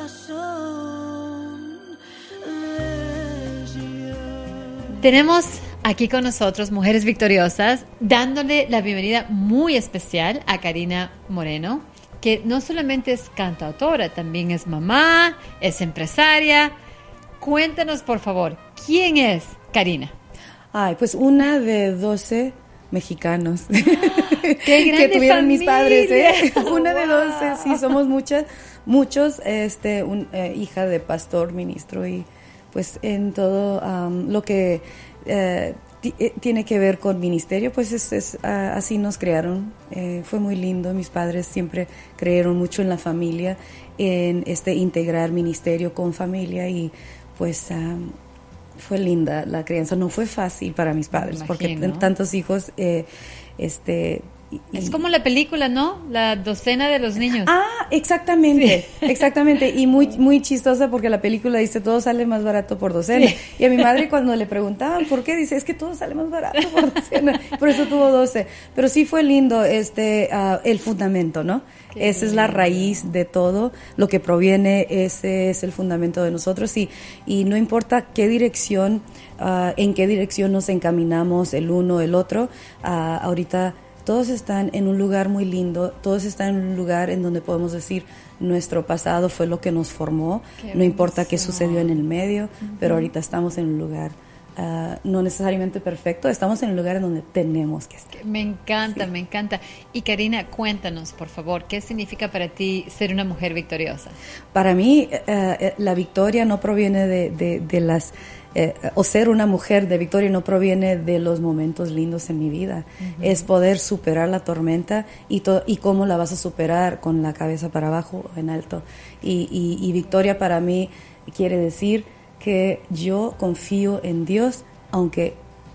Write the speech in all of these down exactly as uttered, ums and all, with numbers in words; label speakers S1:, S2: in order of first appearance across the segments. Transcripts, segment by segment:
S1: Tenemos aquí con nosotros Mujeres Victoriosas, dándole la bienvenida muy especial a Karina Moreno, que no solamente es cantautora, también es mamá, es empresaria. Cuéntanos, por favor, ¿quién es Karina?
S2: Ay, pues una de doce mexicanos
S1: ¡Qué grande
S2: que tuvieron
S1: familia!
S2: Mis padres, ¿eh? Una
S1: Wow.
S2: de doce, sí, somos muchas, muchos, este, un, eh, hija de pastor, ministro, y pues en todo um, lo que eh, t- eh, tiene que ver con ministerio, pues es, es uh, así nos crearon. Eh, fue muy lindo. Mis padres siempre creyeron mucho en la familia, en este integrar ministerio con familia, y pues um, fue linda la crianza. No fue fácil para mis padres, porque t- tantos hijos, eh, este y,
S1: es como la película, ¿no? La docena de los niños.
S2: Ah, exactamente, sí. exactamente. Y muy muy chistosa, porque la película dice todo sale más barato por docena. Sí. Y a mi madre, cuando le preguntaban por qué, dice, es que todo sale más barato por docena. Por eso tuvo doce. Pero sí fue lindo este uh, el fundamento, ¿no? Qué Esa bien. Es la raíz de todo. Lo que proviene, ese es el fundamento de nosotros. Y, y no importa qué dirección, uh, en qué dirección nos encaminamos el uno, el otro, uh, ahorita todos están en un lugar muy lindo, todos están en un lugar en donde podemos decir nuestro pasado fue lo que nos formó, qué no importa qué sucedió en el medio, uh-huh. pero ahorita estamos en un lugar uh, no necesariamente perfecto, estamos en un lugar en donde tenemos que estar.
S1: Me encanta,
S2: sí.
S1: me encanta. Y Karina, cuéntanos, por favor, ¿qué significa para ti ser una mujer victoriosa?
S2: Para mí, uh, la victoria no proviene de, de, de las... Eh, o ser una mujer de victoria no proviene de los momentos lindos en mi vida, uh-huh. es poder superar la tormenta y, to- y cómo la vas a superar, con la cabeza para abajo o en alto. Y, y, y victoria para mí quiere decir que yo confío en Dios, aunque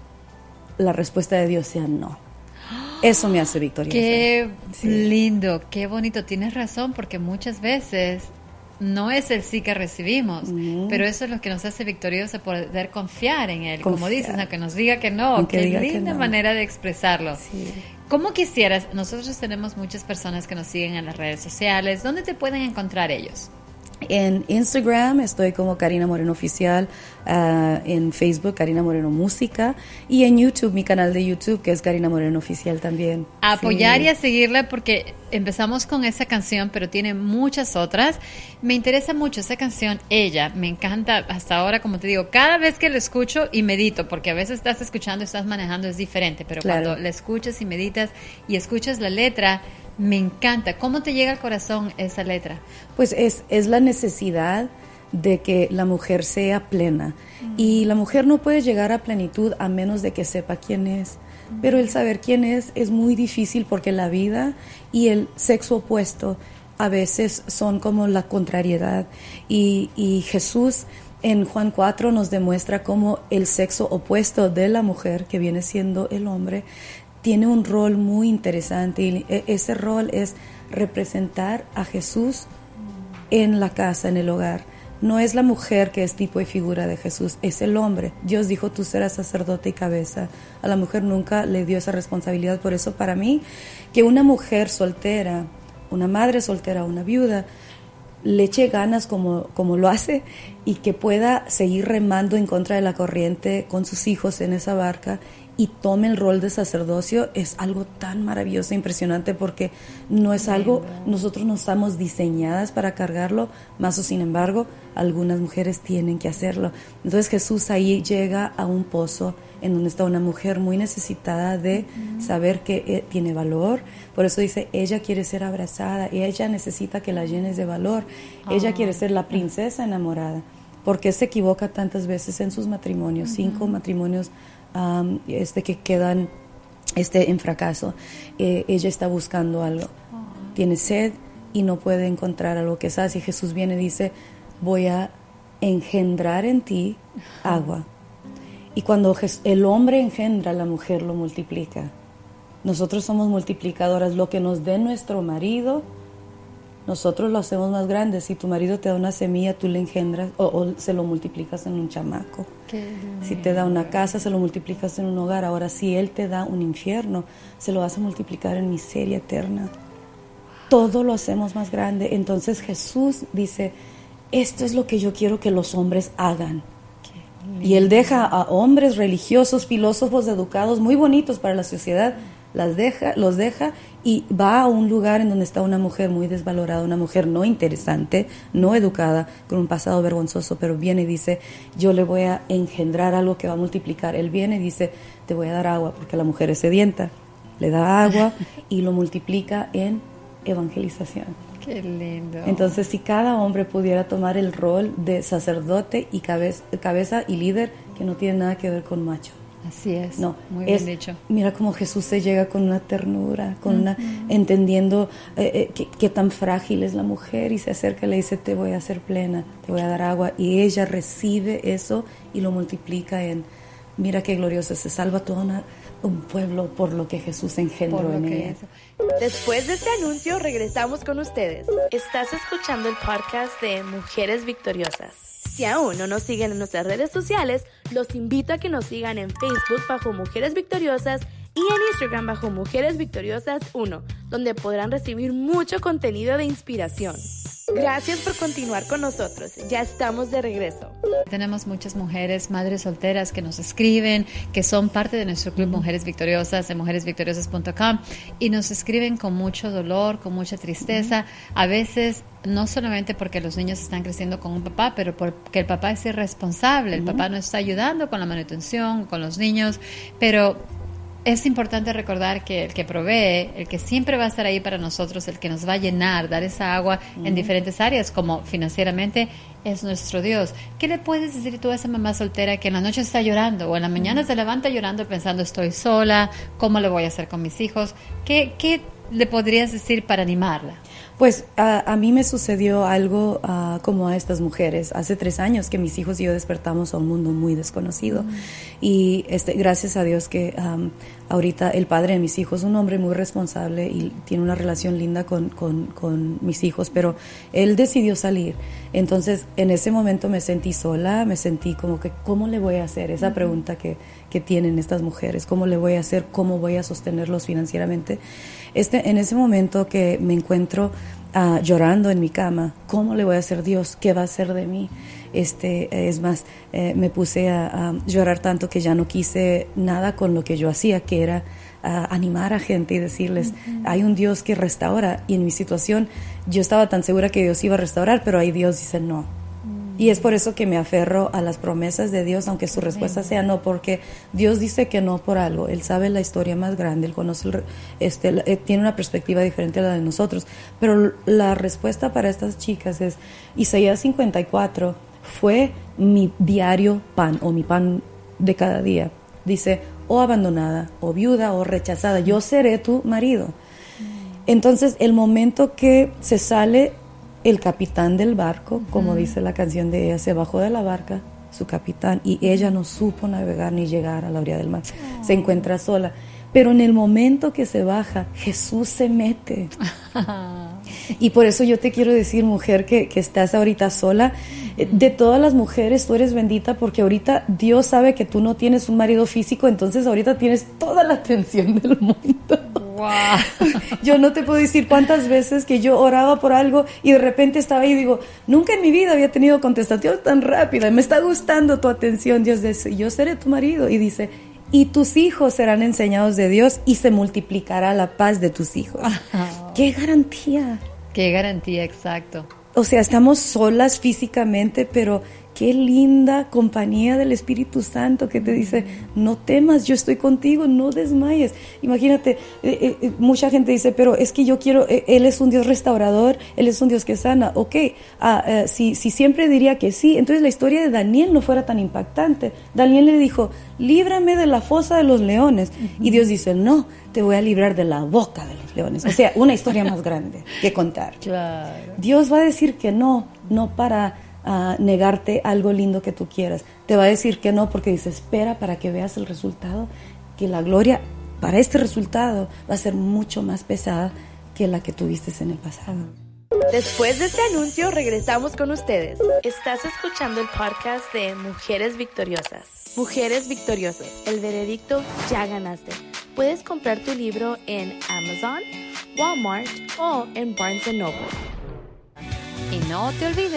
S2: la respuesta de Dios sea no. Eso me hace victoriosa.
S1: Qué
S2: sí.
S1: lindo, qué bonito. Tienes razón, porque muchas veces no es el sí que recibimos, uh-huh. pero eso es lo que nos hace victoriosa, poder confiar en Él, confiar. Como dices, aunque nos diga que no. Aunque qué linda no. manera de expresarlo.
S2: Sí.
S1: ¿Cómo quisieras? Nosotros tenemos muchas personas que nos siguen en las redes sociales. ¿Dónde te pueden encontrar ellos?
S2: En Instagram estoy como Karina Moreno Oficial, uh, en Facebook Karina Moreno Música, y en YouTube, mi canal de YouTube, que es Karina Moreno Oficial también.
S1: A apoyar
S2: sí.
S1: y a seguirla, porque empezamos con esa canción, pero tiene muchas otras. Me interesa mucho esa canción, Ella, me encanta hasta ahora, como te digo, cada vez que la escucho y medito, porque a veces estás escuchando y estás manejando, es diferente, pero claro. cuando la escuchas y meditas y escuchas la letra, me encanta. ¿Cómo te llega al corazón esa letra?
S2: Pues es, es la necesidad de que la mujer sea plena. Mm. Y la mujer no puede llegar a plenitud a menos de que sepa quién es. Mm. Pero el saber quién es es muy difícil, porque la vida y el sexo opuesto a veces son como la contrariedad. Y, y Jesús en Juan cuatro nos demuestra cómo el sexo opuesto de la mujer, que viene siendo el hombre, tiene un rol muy interesante, y ese rol es representar a Jesús en la casa, en el hogar. No es la mujer que es tipo y figura de Jesús, es el hombre. Dios dijo, tú serás sacerdote y cabeza. A la mujer nunca le dio esa responsabilidad. Por eso, para mí, que una mujer soltera, una madre soltera, una viuda, le eche ganas como, como lo hace, y que pueda seguir remando en contra de la corriente con sus hijos en esa barca, y tome el rol de sacerdocio, es algo tan maravilloso e impresionante, porque no es algo, nosotros no estamos diseñadas para cargarlo, más o sin embargo, algunas mujeres tienen que hacerlo. Entonces Jesús ahí llega a un pozo en donde está una mujer muy necesitada de uh-huh. saber que eh, tiene valor. Por eso dice, ella quiere ser abrazada, y ella necesita que la llenes de valor. Uh-huh. Ella quiere ser la princesa enamorada, porque se equivoca tantas veces en sus matrimonios, uh-huh. cinco matrimonios Um, este que quedan este en fracaso. Eh, ella está buscando algo, oh. tiene sed y no puede encontrar algo que sacie. Jesús viene y dice, voy a engendrar en ti agua. Y cuando el hombre engendra, la mujer lo multiplica. Nosotros somos multiplicadoras. Lo que nos dé nuestro marido, nosotros lo hacemos más grande. Si tu marido te da una semilla, tú le engendras o, o se lo multiplicas en un chamaco. Si te da una casa, se lo multiplicas en un hogar. Ahora, si él te da un infierno, se lo vas a multiplicar en miseria eterna. Todo lo hacemos más grande. Entonces Jesús dice, esto es lo que yo quiero que los hombres hagan. Y él deja a hombres religiosos, filósofos, educados, muy bonitos para la sociedad, las deja, los deja y va a un lugar en donde está una mujer muy desvalorada, una mujer no interesante, no educada, con un pasado vergonzoso, pero viene y dice, yo le voy a engendrar algo que va a multiplicar. Él viene y dice, te voy a dar agua, porque la mujer es sedienta, le da agua y lo multiplica en evangelización.
S1: Qué lindo.
S2: Entonces, si cada hombre pudiera tomar el rol de sacerdote y cabeza, cabeza y líder, que no tiene nada que ver con macho.
S1: Así es,
S2: no,
S1: muy
S2: es,
S1: bien dicho.
S2: Mira cómo Jesús se llega con una ternura, con uh-huh. una entendiendo eh, eh, qué, qué tan frágil es la mujer, y se acerca y le dice, te voy a hacer plena, te voy a dar agua, y ella recibe eso y lo multiplica en, mira qué glorioso, se salva todo una, un pueblo por lo que Jesús engendró en ella. Es.
S3: Después de este anuncio regresamos con ustedes. Estás escuchando el podcast de Mujeres Victoriosas. Si aún no nos siguen en nuestras redes sociales, los invito a que nos sigan en Facebook bajo Mujeres Victoriosas y en Instagram bajo Mujeres Victoriosas uno, donde podrán recibir mucho contenido de inspiración. Gracias por continuar con nosotros. Ya estamos de regreso.
S1: Tenemos muchas mujeres, madres solteras que nos escriben, que son parte de nuestro club Mujeres Victoriosas de mujeres victoriosas punto com y nos escriben con mucho dolor, con mucha tristeza. A veces no solamente porque los niños están creciendo con un papá, pero porque el papá es irresponsable. El papá no está ayudando con la manutención, con los niños, pero es importante recordar que el que provee, el que siempre va a estar ahí para nosotros, el que nos va a llenar, dar esa agua uh-huh. en diferentes áreas, como financieramente, es nuestro Dios. ¿Qué le puedes decir tú a esa mamá soltera que en la noche está llorando o en la mañana uh-huh. se levanta llorando pensando estoy sola, cómo le voy a hacer con mis hijos? ¿Qué, qué le podrías decir para animarla?
S2: Pues a, a mí me sucedió algo uh, como a estas mujeres. Hace tres años que mis hijos y yo despertamos a un mundo muy desconocido. Mm. Y este, gracias a Dios que um, ahorita el padre de mis hijos es un hombre muy responsable y tiene una relación linda con, con, con mis hijos, pero él decidió salir. Entonces en ese momento me sentí sola, me sentí como que ¿cómo le voy a hacer? Esa pregunta que, que tienen estas mujeres, ¿cómo le voy a hacer? ¿Cómo voy a sostenerlos financieramente? Este, en ese momento que me encuentro uh, llorando en mi cama, ¿cómo le voy a hacer Dios? ¿Qué va a hacer de mí? Este, es más, eh, me puse a, a llorar tanto que ya no quise nada con lo que yo hacía, que era uh, animar a gente y decirles, uh-huh. hay un Dios que restaura, y en mi situación yo estaba tan segura que Dios iba a restaurar, pero ahí Dios dice no. Y es por eso que me aferro a las promesas de Dios, aunque su respuesta sea no, porque Dios dice que no por algo. Él sabe la historia más grande, Él conoce, el, este, eh, tiene una perspectiva diferente a la de nosotros. Pero la respuesta para estas chicas es, Isaías cincuenta y cuatro fue mi diario pan, o mi pan de cada día. Dice, o abandonada, o viuda, o rechazada, yo seré tu marido. Entonces, el momento que se sale el capitán del barco, como uh-huh. dice la canción de ella, se bajó de la barca, su capitán, y ella no supo navegar ni llegar a la orilla del mar. Oh. Se encuentra sola. Pero en el momento que se baja, Jesús se mete. Y por eso yo te quiero decir, mujer, que, que estás ahorita sola, de todas las mujeres tú eres bendita, porque ahorita Dios sabe que tú no tienes un marido físico, entonces ahorita tienes toda la atención del mundo. Wow. Yo no te puedo decir cuántas veces que yo oraba por algo y de repente estaba ahí y digo, nunca en mi vida había tenido contestación tan rápida, me está gustando tu atención. Dios dice, yo seré tu marido, y dice, y tus hijos serán enseñados de Dios y se multiplicará la paz de tus hijos. Oh. ¡Qué garantía!
S1: ¡Qué garantía, exacto!
S2: O sea, estamos solas físicamente, pero qué linda compañía del Espíritu Santo que te dice, no temas, yo estoy contigo, no desmayes. Imagínate, eh, eh, mucha gente dice, pero es que yo quiero, eh, Él es un Dios restaurador, Él es un Dios que sana. Ok, ah, eh, si, si siempre diría que sí, entonces la historia de Daniel no fuera tan impactante. Daniel le dijo, líbrame de la fosa de los leones. Uh-huh. Y Dios dice, no, te voy a librar de la boca de los leones. O sea, una historia más grande que contar.
S1: Claro.
S2: Dios va a decir que no, no para a negarte algo lindo que tú quieras. Te va a decir que no porque dice, espera para que veas el resultado, que la gloria para este resultado va a ser mucho más pesada que la que tuviste en el pasado.
S3: Después de este anuncio regresamos con ustedes. Estás escuchando el podcast de Mujeres Victoriosas. Mujeres Victoriosas, el veredicto ya ganaste. Puedes comprar tu libro en Amazon, Walmart o en Barnes and Noble.
S1: Y no te olvides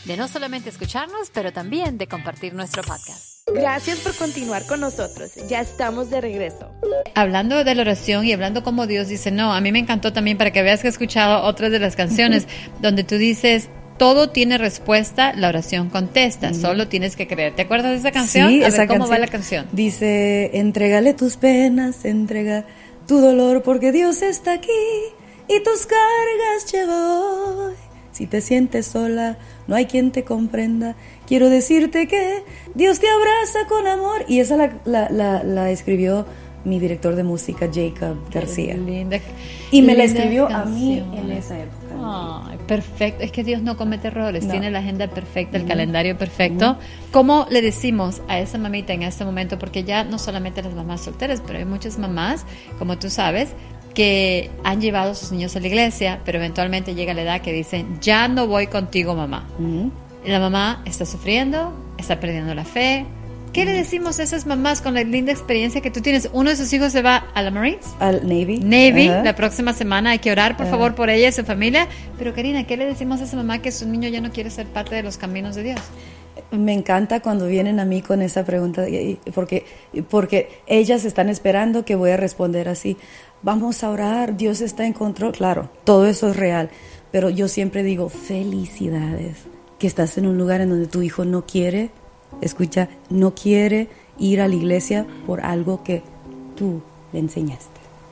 S1: de no solamente escucharnos, pero también de compartir nuestro podcast.
S3: Gracias por continuar con nosotros. Ya estamos de regreso.
S1: Hablando de la oración y hablando como Dios dice, no, a mí me encantó también para que veas que he escuchado otras de las canciones donde tú dices, todo tiene respuesta, la oración contesta, mm. solo tienes que creer. ¿Te acuerdas de esa canción?
S2: Sí,
S1: a
S2: esa
S1: ver cómo
S2: canción
S1: va la canción.
S2: Dice, entrégale tus penas, entrega tu dolor, porque Dios está aquí y tus cargas lleva hoy. Si te sientes sola, no hay quien te comprenda. Quiero decirte que Dios te abraza con amor. Y esa la, la, la, la escribió mi director de música, Jacob García.
S1: Linda,
S2: y me la
S1: linda
S2: escribió
S1: canción.
S2: A mí en esa época.
S1: Ay, perfecto. Es que Dios no comete errores. No. Tiene la agenda perfecta, el
S2: uh-huh.
S1: calendario perfecto. Uh-huh. ¿Cómo le decimos a esa mamita en este momento? Porque ya no solamente las mamás solteras, pero hay muchas mamás, como tú sabes, que han llevado a sus niños a la iglesia, pero eventualmente llega la edad que dicen, ya no voy contigo, mamá. Uh-huh. La mamá está sufriendo, está perdiendo la fe. ¿Qué uh-huh. le decimos a esas mamás con la linda experiencia que tú tienes? Uno de sus hijos se va a la Marines.
S2: Al Navy.
S1: Navy, uh-huh. la próxima semana. Hay que orar, por uh-huh. favor, por ella y su familia. Pero, Karina, ¿qué le decimos a esa mamá que su niño ya no quiere ser parte de los caminos de Dios?
S2: Me encanta cuando vienen a mí con esa pregunta, porque, porque ellas están esperando que voy a responder así. Vamos a orar, Dios está en control. Claro, todo eso es real, pero yo siempre digo, felicidades, que estás en un lugar en donde tu hijo no quiere, escucha, no quiere ir a la iglesia por algo que tú le enseñaste.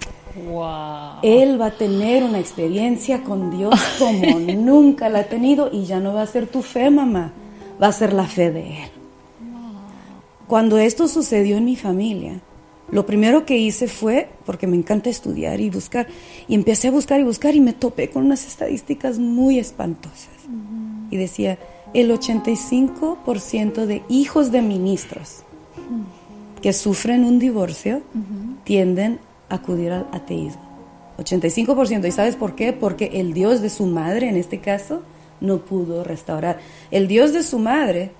S1: Wow.
S2: Él va a tener una experiencia con Dios como nunca la ha tenido y ya no va a ser tu fe, mamá, va a ser la fe de Él. Wow. Cuando esto sucedió en mi familia, lo primero que hice fue, porque me encanta estudiar y buscar, y empecé a buscar y buscar y me topé con unas estadísticas muy espantosas. Uh-huh. Y decía, el ochenta y cinco por ciento de hijos de ministros uh-huh. que sufren un divorcio uh-huh. tienden a acudir al ateísmo. ochenta y cinco por ciento. ¿Y sabes por qué? Porque el Dios de su madre, en este caso, no pudo restaurar. El Dios de su madre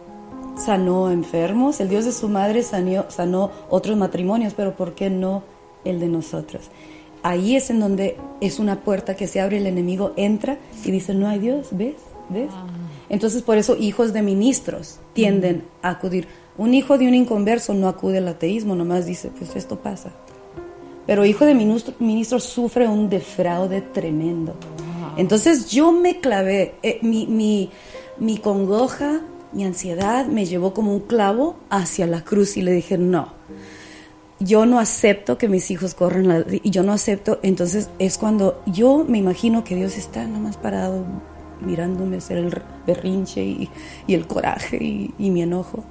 S2: sanó enfermos, el Dios de su madre sanó, sanó otros matrimonios, pero ¿por qué no el de nosotros? Ahí es en donde es una puerta que se abre, el enemigo entra y dice, no hay Dios, ¿ves? ¿Ves? Ah. Entonces por eso hijos de ministros tienden mm. a acudir. Un hijo de un inconverso no acude al ateísmo, nomás dice, pues esto pasa. Pero hijo de ministro, ministro sufre un defraude tremendo. Wow. Entonces yo me clavé, eh, mi, mi, mi congoja, mi ansiedad me llevó como un clavo hacia la cruz y le dije, no, yo no acepto que mis hijos corran, la, y yo no acepto. Entonces es cuando yo me imagino que Dios está nada más parado mirándome hacer el berrinche y, y el coraje y, y mi enojo.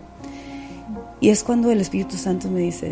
S2: Y es cuando el Espíritu Santo me dice,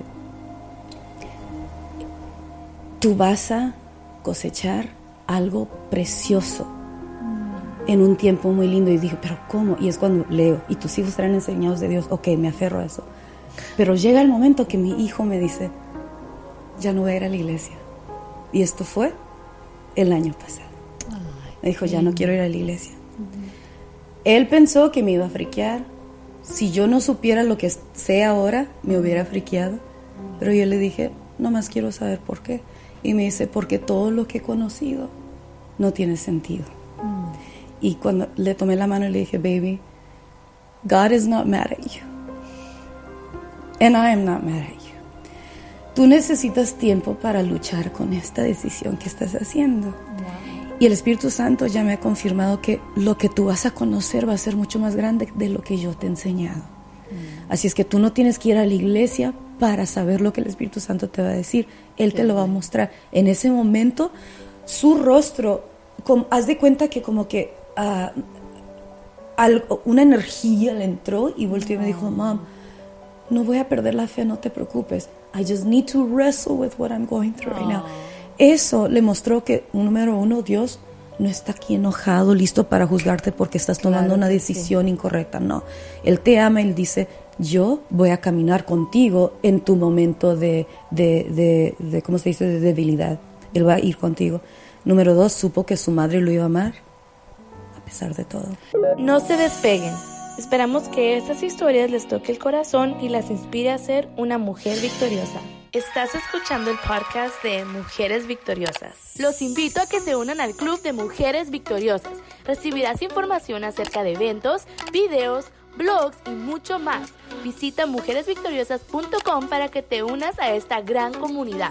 S2: tú vas a cosechar algo precioso en un tiempo muy lindo. Y dije, ¿pero cómo? Y es cuando leo, y tus hijos serán enseñados de Dios. Ok, me aferro a eso. Pero llega el momento que mi hijo me dice, ya no voy a ir a la iglesia. Y esto fue el año pasado. Ay, me dijo, ya no quiero ir a la iglesia. Uh-huh. Él pensó que me iba a friquear. Si yo no supiera lo que sé ahora, me hubiera friqueado. Pero yo le dije, nomás quiero saber por qué. Y me dice, porque todo lo que he conocido no tiene sentido. Uh-huh. Y cuando le tomé la mano y le dije, baby, God is not mad at you. And I am not mad at you. Tú necesitas tiempo para luchar con esta decisión que estás haciendo. Wow. Y el Espíritu Santo ya me ha confirmado que lo que tú vas a conocer va a ser mucho más grande de lo que yo te he enseñado. Mm. Así es que tú no tienes que ir a la iglesia para saber lo que el Espíritu Santo te va a decir. Él Qué te lo va a mostrar. En ese momento, su rostro, como, haz de cuenta que como que uh, algo, una energía le entró y volteó y me dijo, Mom, no voy a perder la fe, no te preocupes. I just need to wrestle with what I'm going through right now. Eso le mostró que, número uno, Dios no está aquí enojado, listo para juzgarte porque estás tomando claro, una decisión sí. incorrecta. No, Él te ama, Él dice, yo voy a caminar contigo en tu momento de, de, de, de ¿cómo se dice?, de debilidad. Él va a ir contigo. Número dos, supo que su madre lo iba a amar a pesar de todo.
S3: No se despeguen. Esperamos que estas historias les toque el corazón y las inspire a ser una mujer victoriosa. Estás escuchando el podcast de Mujeres Victoriosas. Los invito a que se unan al Club de Mujeres Victoriosas. Recibirás información acerca de eventos, videos, blogs y mucho más. Visita mujeres victoriosas punto com para que te unas a esta gran comunidad.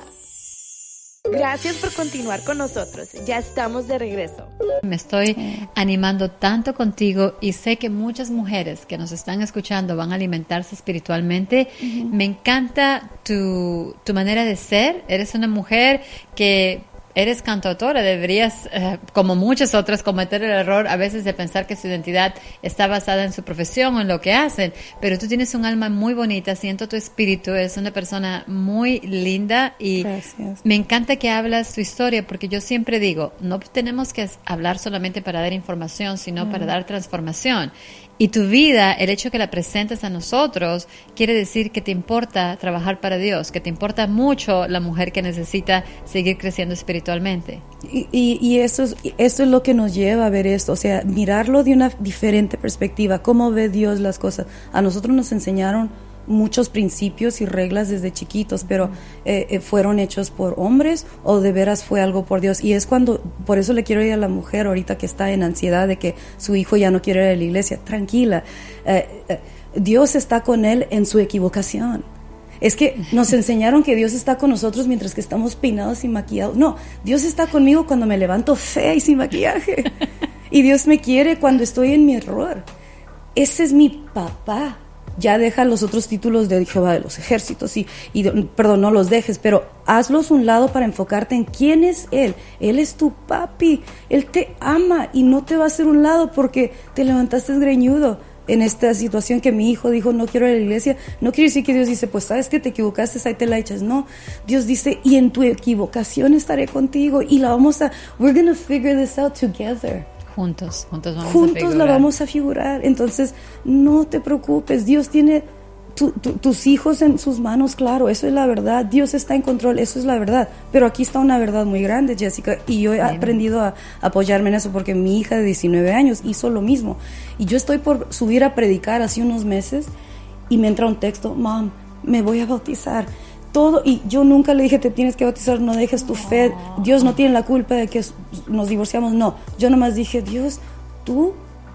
S3: Gracias por continuar con nosotros. Ya estamos de regreso.
S1: Me estoy animando tanto contigo y sé que muchas mujeres que nos están escuchando van a alimentarse espiritualmente. Uh-huh. Me encanta tu, tu manera de ser. Eres una mujer que eres cantautora, deberías, eh, como muchas otras, cometer el error a veces de pensar que su identidad está basada en su profesión o en lo que hacen, pero tú tienes un alma muy bonita, siento tu espíritu, es una persona muy linda y Gracias. Me encanta que hablas tu historia, porque yo siempre digo, no tenemos que hablar solamente para dar información, sino mm. para dar transformación. Y tu vida, el hecho que la presentes a nosotros, quiere decir que te importa trabajar para Dios, que te importa mucho la mujer que necesita seguir creciendo espiritualmente.
S2: Y, y, y eso es, esto es lo que nos lleva a ver esto, o sea, mirarlo de una diferente perspectiva, cómo ve Dios las cosas. A nosotros nos enseñaron muchos principios y reglas desde chiquitos, pero eh, eh, fueron hechos por hombres o de veras fue algo por Dios. Y es cuando, por eso le quiero ir a la mujer ahorita que está en ansiedad de que su hijo ya no quiere ir a la iglesia, tranquila, eh, eh, Dios está con él en su equivocación. Es que nos enseñaron que Dios está con nosotros mientras que estamos peinados y maquillados. No, Dios está conmigo cuando me levanto fea y sin maquillaje. Y Dios me quiere cuando estoy en mi error. Ese es mi papá. Ya deja los otros títulos de Jehová de los ejércitos y, y, perdón, no los dejes, pero hazlos un lado para enfocarte en quién es Él. Él es tu papi, Él te ama y no te va a hacer un lado porque te levantaste greñudo en esta situación que mi hijo dijo, no quiero ir a la iglesia. No quiere decir que Dios dice, pues sabes que te equivocaste, ahí te la echas. No, Dios dice, y en tu equivocación estaré contigo y la vamos a, we're gonna figure this out together.
S1: Juntos, juntos vamos
S2: juntos
S1: a figurar.
S2: la vamos a figurar. Entonces, no te preocupes. Dios tiene tu, tu, tus hijos en sus manos, claro, eso es la verdad. Dios está en control, eso es la verdad. Pero aquí está una verdad muy grande, Jessica, y yo he Bien. aprendido a, a apoyarme en eso porque mi hija de diecinueve años hizo lo mismo. Y yo estoy por subir a predicar hace unos meses y me entra un texto, Mom, me voy a bautizar. Todo, y yo nunca le dije te tienes que bautizar, no dejes tu fe, Dios no tiene la culpa de que nos divorciamos, no, yo nomás dije, Dios, tú,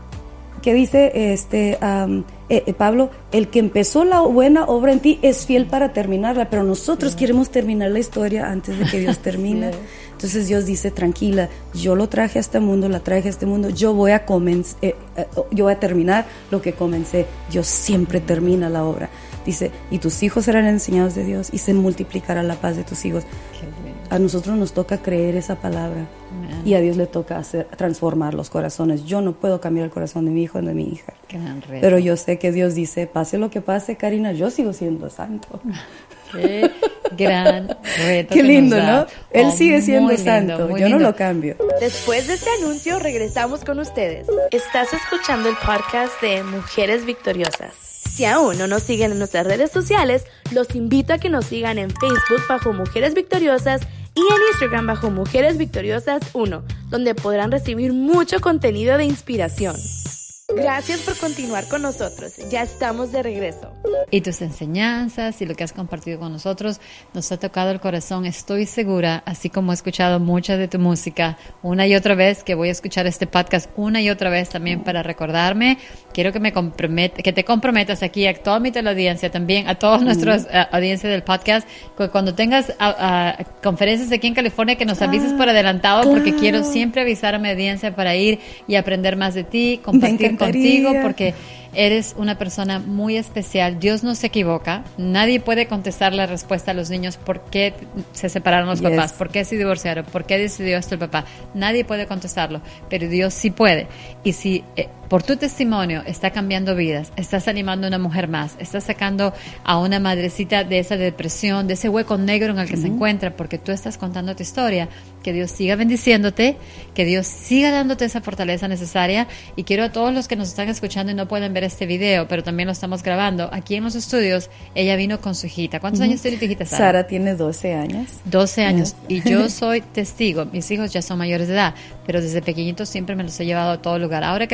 S2: que dice este um, eh, eh, Pablo, el que empezó la buena obra en ti es fiel para terminarla, pero nosotros sí. queremos terminar la historia antes de que Dios termine. Sí. Entonces Dios dice, tranquila, yo lo traje a este mundo, la traje a este mundo, yo voy a comenz- eh, eh, yo voy a terminar lo que comencé. Dios siempre termina la obra. Dice, y tus hijos serán enseñados de Dios y se multiplicará la paz de tus hijos. A nosotros nos toca creer esa palabra. Amen. Y a Dios le toca hacer, transformar los corazones. Yo no puedo cambiar el corazón de mi hijo ni de mi hija. Pero yo sé que Dios dice, pase lo que pase, Karina, yo sigo siendo santo.
S1: Qué gran reto.
S2: Qué lindo, ¿no? Él
S1: oh,
S2: sigue siendo
S1: lindo,
S2: santo, yo
S1: lindo.
S2: no lo cambio.
S3: Después de este anuncio, regresamos con ustedes. Estás escuchando el podcast de Mujeres Victoriosas. Si aún no nos siguen en nuestras redes sociales, los invito a que nos sigan en Facebook bajo Mujeres Victoriosas y en Instagram bajo Mujeres Victoriosas uno, donde podrán recibir mucho contenido de inspiración. Gracias por continuar con nosotros. Ya estamos de regreso.
S1: Y tus enseñanzas y lo que has compartido con nosotros nos ha tocado el corazón, estoy segura, así como he escuchado mucha de tu música una y otra vez, que voy a escuchar este podcast una y otra vez también para recordarme. Quiero que me compromete, que te comprometas aquí a toda mi teleaudiencia también, a todos nuestros uh, audiencia del podcast, que cuando tengas uh, uh, conferencias aquí en California que nos avises ah, por adelantado, claro. porque quiero siempre avisar a mi audiencia para ir y aprender más de ti, compartir contigo, porque eres una persona muy especial. Dios no se equivoca. Nadie puede contestar la respuesta a los niños por qué se separaron los yes. papás, por qué se divorciaron, por qué decidió esto el papá. Nadie puede contestarlo, pero Dios sí puede. Y si eh, por tu testimonio está cambiando vidas, estás animando a una mujer más, estás sacando a una madrecita de esa depresión, de ese hueco negro en el que uh-huh. se encuentra, porque tú estás contando tu historia, que Dios siga bendiciéndote, que Dios siga dándote esa fortaleza necesaria. Y quiero a todos los que nos están escuchando y no pueden ver este video, pero también lo estamos grabando aquí en los estudios, ella vino con su hijita. ¿Cuántos uh-huh. años tiene tu hijita, Sara?
S2: Sara tiene doce años.
S1: doce años. Yes. Y yo soy testigo. Mis hijos ya son mayores de edad, pero desde pequeñitos siempre me los he llevado a todo lugar. Ahora que son adultos,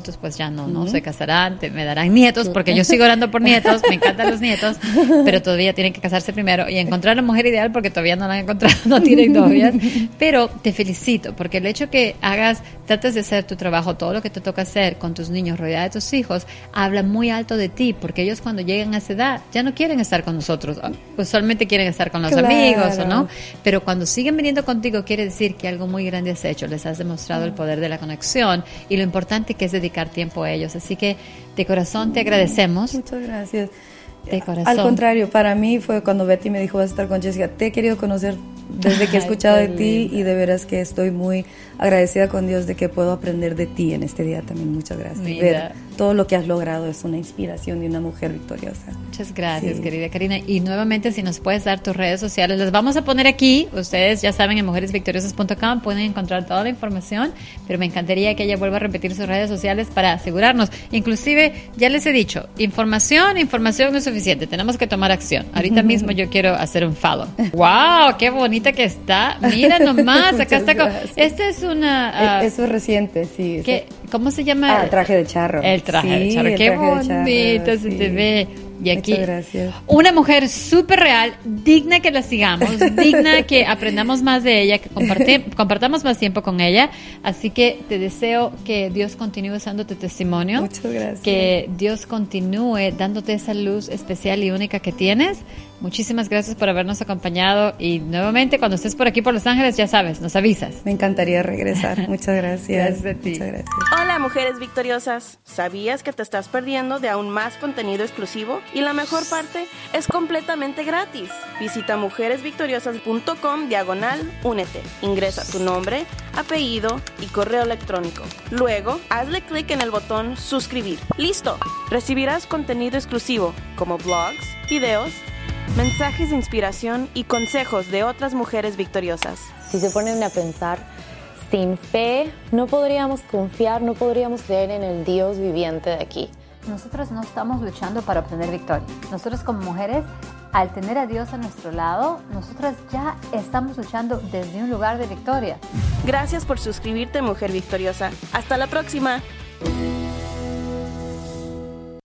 S1: adultos, pues ya no, ¿no? Uh-huh. Se casarán, te, me darán nietos, porque yo sigo orando por nietos, me encantan los nietos, pero todavía tienen que casarse primero y encontrar la mujer ideal porque todavía no la han encontrado, no tienen novias. Pero te felicito, porque el hecho que hagas, trates de hacer tu trabajo, todo lo que te toca hacer con tus niños, rodeada de tus hijos, habla muy alto de ti, porque ellos cuando llegan a esa edad ya no quieren estar con nosotros, usualmente quieren estar con los claro. amigos, ¿o no? Pero cuando siguen viniendo contigo, quiere decir que algo muy grande has hecho, les has demostrado el poder de la conexión y lo importante que es dedicar tiempo a ellos. Así que de corazón te agradecemos.
S2: Muchas gracias.
S1: De corazón.
S2: Al contrario, para mí fue cuando Betty me dijo vas a estar con Jessica, te he querido conocer desde que he escuchado Ay, de ti linda. Y de veras que estoy muy agradecida con Dios de que puedo aprender de ti en este día también. Muchas gracias. Ver todo lo que has logrado es una inspiración de una mujer victoriosa.
S1: Muchas gracias, sí. querida Karina. Y nuevamente, si nos puedes dar tus redes sociales, las vamos a poner aquí. Ustedes ya saben, en mujeres victoriosas punto com pueden encontrar toda la información, pero me encantaría que ella vuelva a repetir sus redes sociales para asegurarnos. Inclusive, ya les he dicho, información, información no es suficiente. Tenemos que tomar acción. Ahorita mismo yo quiero hacer un follow. ¡Wow! ¡Qué bonita que está! Mira nomás, acá está. Con... Esta es una...
S2: Uh, Eso es reciente, sí.
S1: ¿qué? ¿Cómo se llama?
S2: Ah, traje de charro.
S1: El traje
S2: sí,
S1: de charro. Qué bonito se sí. te ve. Y aquí,
S2: muchas gracias.
S1: Una mujer súper real, digna que la sigamos, digna que aprendamos más de ella, que comparte, compartamos más tiempo con ella. Así que te deseo que Dios continúe usando tu testimonio.
S2: Muchas gracias.
S1: Que Dios continúe dándote esa luz especial y única que tienes. Muchísimas gracias por habernos acompañado y nuevamente cuando estés por aquí por Los Ángeles, ya sabes, nos avisas.
S2: Me encantaría regresar. Muchas gracias.
S1: Gracias a ti.
S2: Muchas gracias.
S3: Hola, mujeres victoriosas. ¿Sabías que te estás perdiendo de aún más contenido exclusivo? Y la mejor parte es completamente gratis. Visita mujeresvictoriosas punto com diagonal únete. Ingresa tu nombre, apellido y correo electrónico. Luego, hazle clic en el botón suscribir. ¡Listo! Recibirás contenido exclusivo como blogs, videos, mensajes de inspiración y consejos de otras mujeres victoriosas.
S4: Si se ponen a pensar, sin fe no podríamos confiar, no podríamos creer en el Dios viviente de aquí.
S1: Nosotros no estamos luchando para obtener victoria. Nosotros como mujeres, al tener a Dios a nuestro lado, nosotras ya estamos luchando desde un lugar de victoria.
S3: Gracias por suscribirte, Mujer Victoriosa. Hasta la próxima.